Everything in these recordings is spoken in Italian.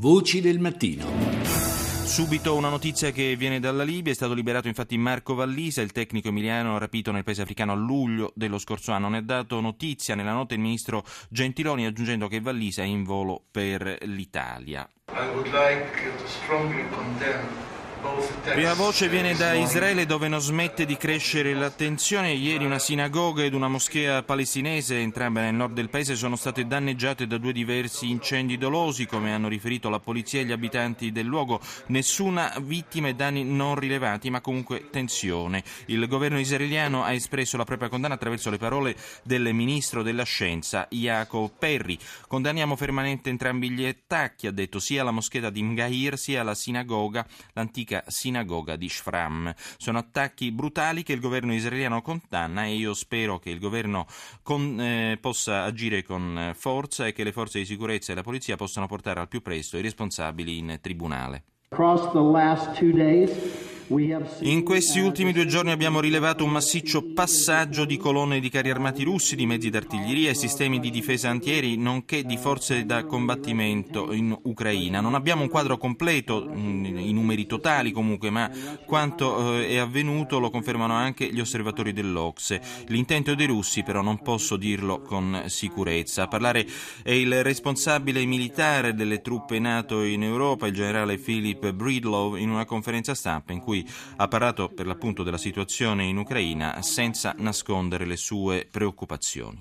Voci del mattino. Subito una notizia che viene dalla Libia. È stato liberato infatti Marco Vallisa, il tecnico emiliano rapito nel paese africano a luglio dello scorso anno. Ne ha dato notizia nella notte il ministro Gentiloni, aggiungendo che Vallisa è in volo per l'Italia. I would like to strongly condemn. Prima voce viene da Israele, dove non smette di crescere la tensione. Ieri una sinagoga ed una moschea palestinese, entrambe nel nord del paese, sono state danneggiate da due diversi incendi dolosi, come hanno riferito la polizia e gli abitanti del luogo. Nessuna vittima e danni non rilevati, ma comunque tensione. Il governo israeliano ha espresso la propria condanna attraverso le parole del ministro della scienza, Jacob Perry. Condanniamo fermamente entrambi gli attacchi, ha detto, sia la moschea di Mgahir sia la sinagoga, l'antica sinagoga di Shfram. Sono attacchi brutali che il governo israeliano condanna, e io spero che il governo possa agire con forza e che le forze di sicurezza e la polizia possano portare al più presto i responsabili in tribunale. In questi ultimi 2 giorni abbiamo rilevato un massiccio passaggio di colonne di carri armati russi, di mezzi d'artiglieria e sistemi di difesa antiaerei, nonché di forze da combattimento in Ucraina. Non abbiamo un quadro completo, i numeri totali comunque, ma quanto è avvenuto lo confermano anche gli osservatori dell'Ocse. L'intento dei russi però non posso dirlo con sicurezza. A parlare è il responsabile militare delle truppe NATO in Europa, il generale Philip Breedlove, in una conferenza stampa in cui ha parlato per l'appunto della situazione in Ucraina senza nascondere le sue preoccupazioni.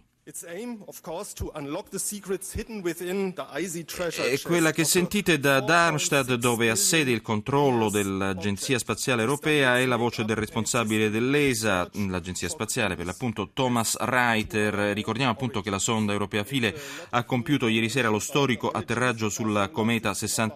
È quella che sentite da Darmstadt, dove ha sede il controllo dell'Agenzia Spaziale Europea, è la voce del responsabile dell'ESA, l'Agenzia Spaziale per l'appunto, Thomas Reiter. Ricordiamo appunto che la sonda europea Philae ha compiuto ieri sera lo storico atterraggio sulla cometa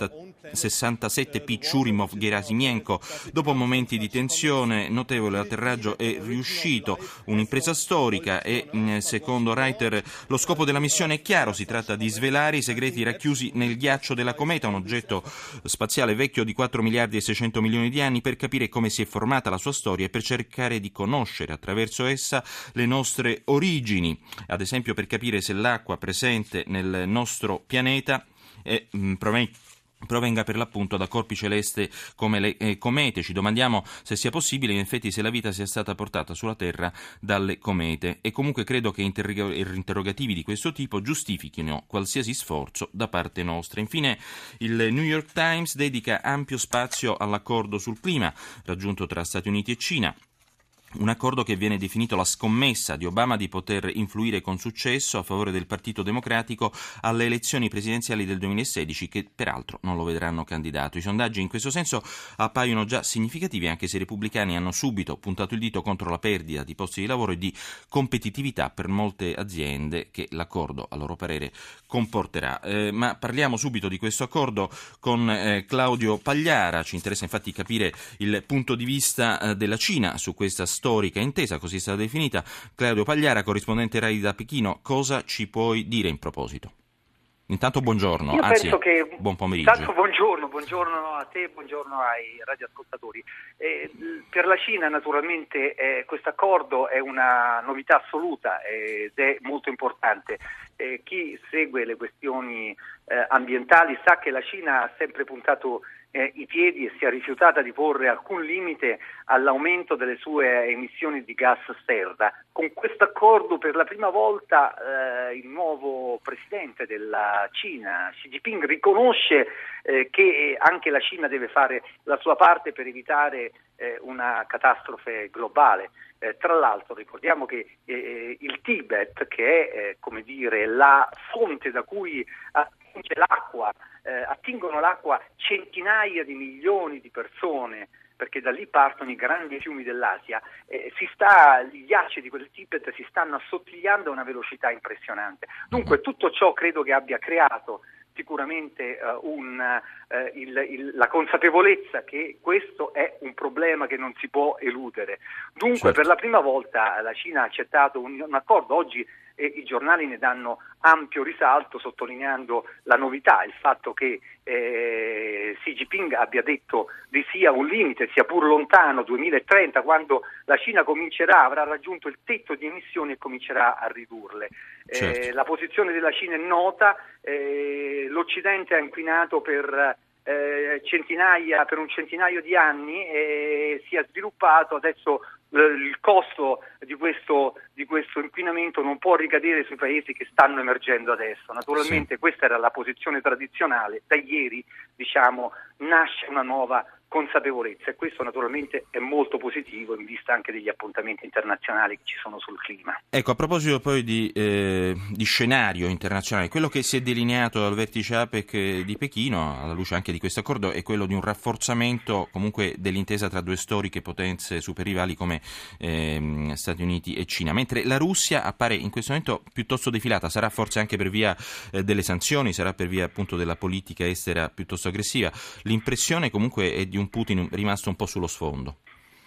67P Churyumov-Gerasimenko. Dopo momenti di tensione notevole, l'atterraggio è riuscito, un'impresa storica, e secondo Reiter lo scopo della missione è chiaro: si tratta di svelare i segreti racchiusi nel ghiaccio della cometa, un oggetto spaziale vecchio di 4 miliardi e 600 milioni di anni, per capire come si è formata la sua storia e per cercare di conoscere attraverso essa le nostre origini, ad esempio per capire se l'acqua presente nel nostro pianeta provenga per l'appunto da corpi celesti come le comete. Ci domandiamo se sia possibile in effetti se la vita sia stata portata sulla Terra dalle comete, e comunque credo che interrogativi di questo tipo giustifichino qualsiasi sforzo da parte nostra. Infine il New York Times dedica ampio spazio all'accordo sul clima raggiunto tra Stati Uniti e Cina. Un accordo che viene definito la scommessa di Obama di poter influire con successo a favore del Partito Democratico alle elezioni presidenziali del 2016, che peraltro non lo vedranno candidato. I sondaggi in questo senso appaiono già significativi, anche se i repubblicani hanno subito puntato il dito contro la perdita di posti di lavoro e di competitività per molte aziende che l'accordo, a loro parere, comporterà. Ma parliamo subito di questo accordo con Claudio Pagliara. Ci interessa infatti capire il punto di vista della Cina su questa storica intesa, così è stata definita. Claudio Pagliara, corrispondente RAI da Pechino, cosa ci puoi dire in proposito? Intanto buongiorno, Io anzi penso che, buon pomeriggio. Intanto buongiorno a te, buongiorno ai radioascoltatori. Per la Cina naturalmente questo accordo è una novità assoluta ed è molto importante. Chi segue le questioni ambientali sa che la Cina ha sempre puntato i piedi e si è rifiutata di porre alcun limite all'aumento delle sue emissioni di gas serra. Con questo accordo per la prima volta il nuovo presidente della Cina, Xi Jinping, riconosce che anche la Cina deve fare la sua parte per evitare una catastrofe globale. Tra l'altro ricordiamo che il Tibet, che è come dire la fonte da cui attingono l'acqua centinaia di milioni di persone, perché da lì partono i grandi fiumi dell'Asia, gli ghiacci di quel Tibet si stanno assottigliando a una velocità impressionante. Dunque tutto ciò credo che abbia creato sicuramente la consapevolezza che questo è un problema che non si può eludere. Dunque, certo, per la prima volta la Cina ha accettato un accordo. Oggi e i giornali ne danno ampio risalto, sottolineando la novità, il fatto che Xi Jinping abbia detto di sì a un limite, sia pur lontano, 2030, quando la Cina avrà raggiunto il tetto di emissioni e comincerà a ridurle. Certo. La posizione della Cina è nota, l'Occidente ha inquinato per un centinaio di anni e si è sviluppato, adesso il costo di questo inquinamento non può ricadere sui paesi che stanno emergendo adesso. Naturalmente Sì. questa era la posizione tradizionale, da ieri nasce una nuova consapevolezza e questo naturalmente è molto positivo in vista anche degli appuntamenti internazionali che ci sono sul clima. Ecco, a proposito poi di scenario internazionale, quello che si è delineato dal vertice APEC di Pechino, alla luce anche di questo accordo, è quello di un rafforzamento comunque dell'intesa tra due storiche potenze superrivali come Stati Uniti e Cina, mentre la Russia appare in questo momento piuttosto defilata, sarà forse anche per via delle sanzioni, sarà per via appunto della politica estera piuttosto aggressiva. L'impressione comunque è di un Putin rimasto un po' sullo sfondo.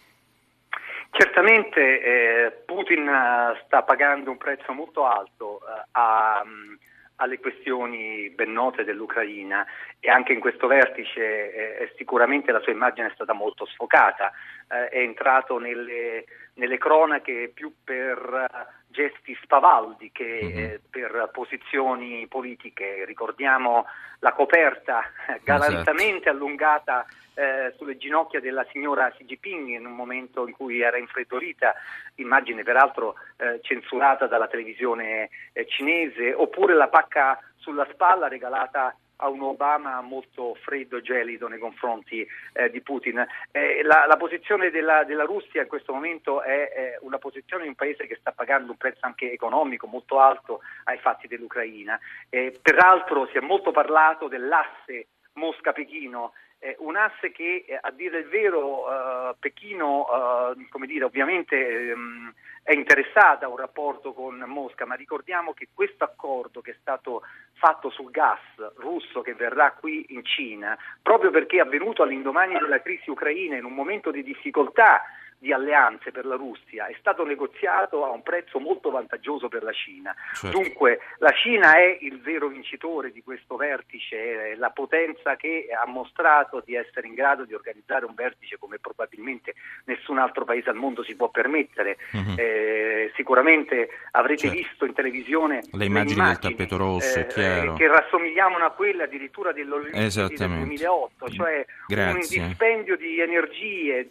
Certamente Putin sta pagando un prezzo molto alto alle questioni ben note dell'Ucraina e anche in questo vertice sicuramente la sua immagine è stata molto sfocata, è entrato nelle cronache più per gesti spavaldi che per posizioni politiche. Ricordiamo la coperta galantemente allungata sulle ginocchia della signora Xi Jinping in un momento in cui era infreddolita, immagine peraltro censurata dalla televisione cinese, oppure la pacca sulla spalla regalata a un Obama molto freddo e gelido nei confronti di Putin. La posizione della Russia in questo momento è una posizione di un paese che sta pagando un prezzo anche economico molto alto ai fatti dell'Ucraina. Peraltro si è molto parlato dell'asse Mosca-Pechino, un asse che a dire il vero Pechino ovviamente è interessata a un rapporto con Mosca, ma ricordiamo che questo accordo che è stato fatto sul gas russo che verrà qui in Cina, proprio perché è avvenuto all'indomani della crisi ucraina in un momento di difficoltà di alleanze per la Russia, è stato negoziato a un prezzo molto vantaggioso per la Cina. Certo. Dunque la Cina è il vero vincitore di questo vertice, la potenza che ha mostrato di essere in grado di organizzare un vertice come probabilmente nessun altro paese al mondo si può permettere. Sicuramente avrete visto in televisione le immagini del tappeto rosso, è chiaro, che rassomigliavano a quelle addirittura dell'Olimpiadi del 2008, cioè un dispendio di energie,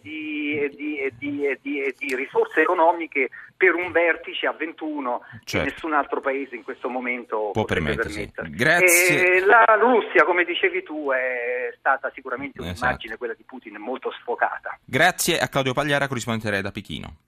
di risorse economiche per un vertice a 21 che nessun altro paese in questo momento può permettersi. Grazie. La Russia, come dicevi tu, è stata sicuramente un'immagine, quella di Putin, molto sfocata. Grazie a Claudio Pagliara, corrispondente RAI da Pechino.